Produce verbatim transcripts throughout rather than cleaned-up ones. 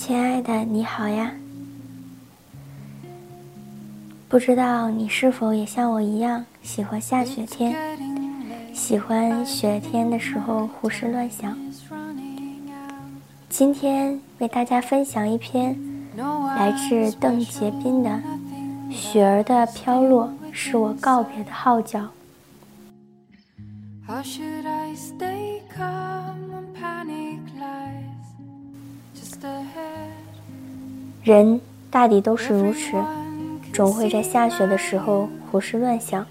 亲爱的，你好呀。不知道你是否也像我一样喜欢下雪天，喜欢雪天的时候胡思乱想。今天为大家分享一篇来自邓洁斌的《雪儿的飘落是我告别的号角》。人大抵都是如此，总会在下雪的时候胡思乱想。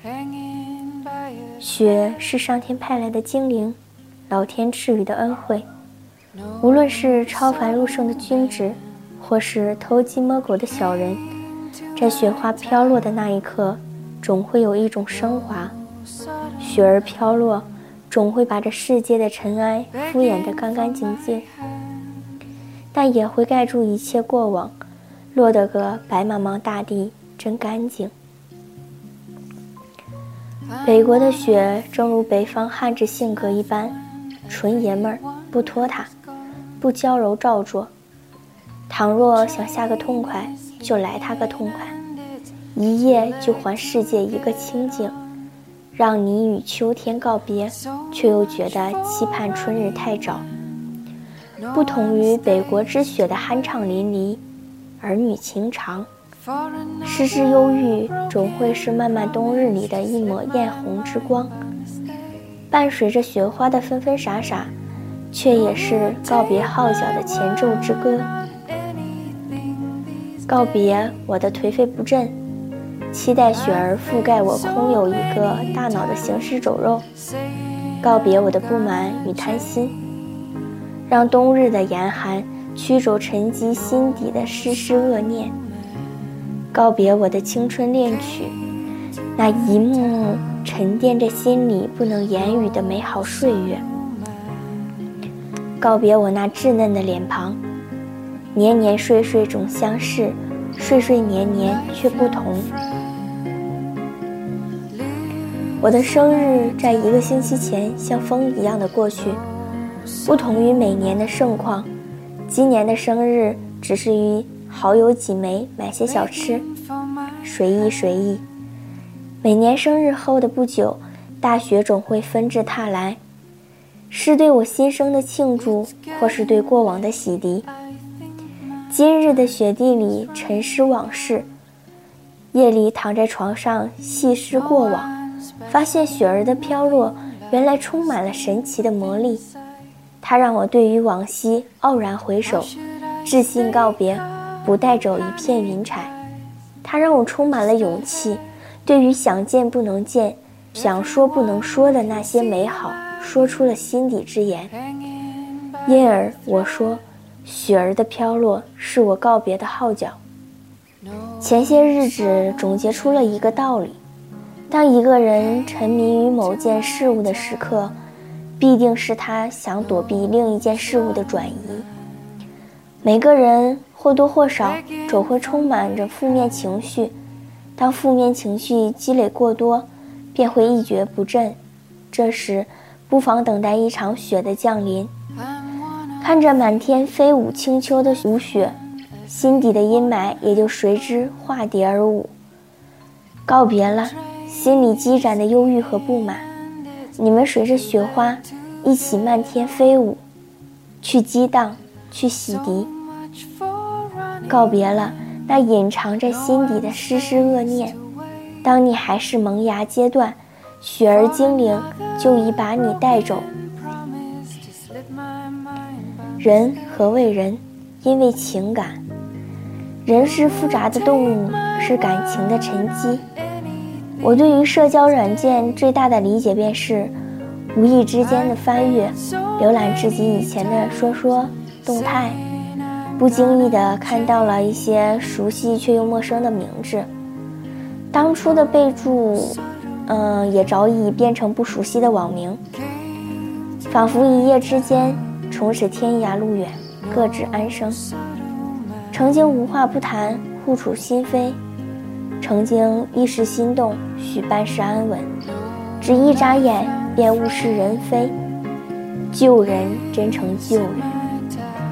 雪是上天派来的精灵，老天赐予的恩惠。无论是超凡入圣的君子，或是偷鸡摸狗的小人，在雪花飘落的那一刻，总会有一种升华。雪儿飘落，总会把这世界的尘埃敷衍得干干净净，但也会盖住一切过往，落得个白茫茫大地真干净。北国的雪正如北方汉子性格一般，纯爷们儿，不拖沓，不娇柔造作。倘若想下个痛快，就来他个痛快，一夜就还世界一个清净，让你与秋天告别，却又觉得期盼春日太早。不同于北国之雪的酣畅淋漓，儿女情长，丝丝忧郁总会是漫漫冬日里的一抹艳红之光，伴随着雪花的纷纷洒洒，却也是告别号角的前奏之歌。告别我的颓废不振，期待雪儿覆盖我空有一个大脑的行尸走肉，告别我的不满与贪心，让冬日的严寒驱走沉积心底的丝丝恶念，告别我的青春恋曲，那一幕幕沉淀着心里不能言语的美好岁月，告别我那稚嫩的脸庞，年年岁岁总相似，岁岁年年却不同。我的生日在一个星期前像风一样的过去，不同于每年的盛况，今年的生日只是与好友几枚买些小吃，随意随意。每年生日后的不久，大雪总会纷至沓来，是对我新生的庆祝，或是对过往的洗涤。今日的雪地里沉思往事，夜里躺在床上细思过往，发现雪儿的飘落原来充满了神奇的魔力。它让我对于往昔傲然回首，自信告别，不带走一片云彩。它让我充满了勇气，对于想见不能见，想说不能说的那些美好，说出了心底之言。因而我说，雪儿的飘落是我告别的号角。前些日子总结出了一个道理，当一个人沉迷于某件事物的时刻，必定是他想躲避另一件事物的转移。每个人或多或少总会充满着负面情绪，当负面情绪积累过多，便会一蹶不振。这时不妨等待一场雪的降临，看着满天飞舞清秋的无雪，心底的阴霾也就随之化蝶而舞。告别了心里积攒的忧郁和不满，你们随着雪花一起漫天飞舞，去激荡，去洗涤。告别了那隐藏在心底的丝丝恶念，当你还是萌芽阶段，雪儿精灵就已把你带走。人何为人？因为情感。人是复杂的动物，是感情的沉积。我对于社交软件最大的理解便是，无意之间的翻阅，浏览自己以前的说说动态，不经意地看到了一些熟悉却又陌生的名字，当初的备注嗯、呃，也早已变成不熟悉的网名，仿佛一夜之间从此天涯路远，各自安生。曾经无话不谈，互处心扉，曾经一时心动，许半世安稳，只一眨眼便物是人非，救人真成救人。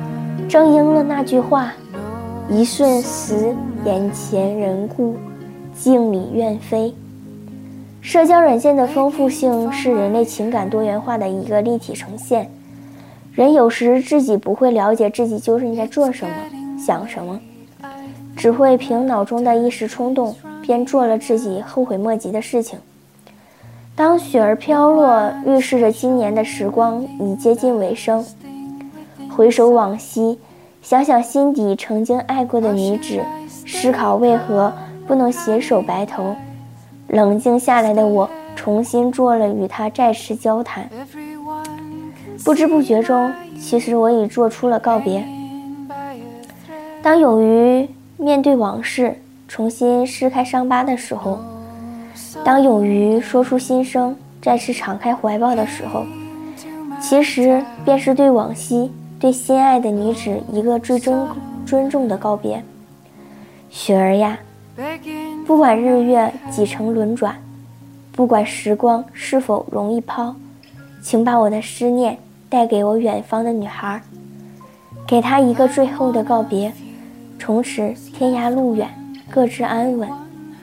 正应了那句话，一瞬死，眼前人故，镜里怨飞。社交软件的丰富性是人类情感多元化的一个立体呈现。人有时自己不会了解自己究竟在做什么，想什么，只会凭脑中的一时冲动，便做了自己后悔莫及的事情。当雪儿飘落，预示着今年的时光已接近尾声。回首往昔，想想心底曾经爱过的女子，思考为何不能携手白头。冷静下来的我，重新做了与她再次交谈。不知不觉中，其实我已做出了告别。当勇于面对往事，重新撕开伤疤的时候，当勇于说出心声，再次敞开怀抱的时候，其实便是对往昔，对心爱的女子一个最尊尊重的告别。雪儿呀，不管日月几程轮转，不管时光是否容易抛，请把我的思念带给我远方的女孩，给她一个最后的告别，从此天涯路远，各自安稳。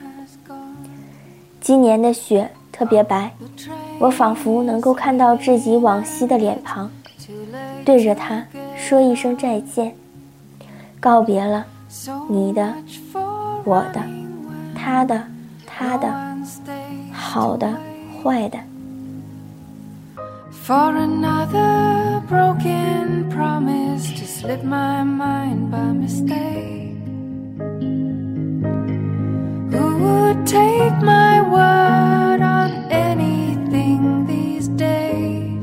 今年的雪特别白，我仿佛能够看到自己往昔的脸庞，对着她说一声再见，告别了你的，我的，他的，他的，好的，坏的。 For another broken promise to slip my mind by mistake. Who would take my word on anything these days?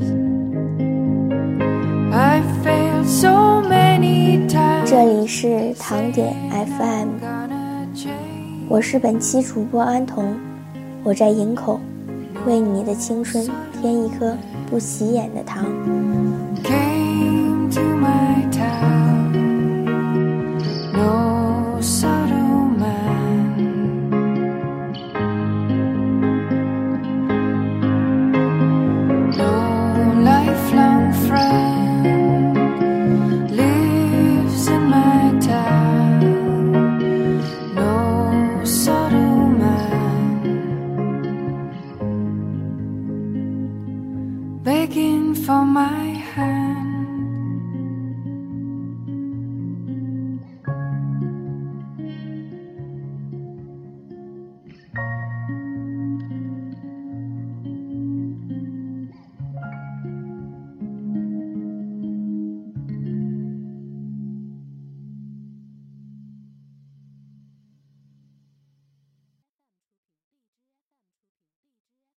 I failed so many times. 这里是糖点 F M， 我是本期主播安童，我在营口，为你的青春添一颗不起眼的糖。 Came to my town, no subtle man, no lifelong friend lives in my town, no subtle man, begging for my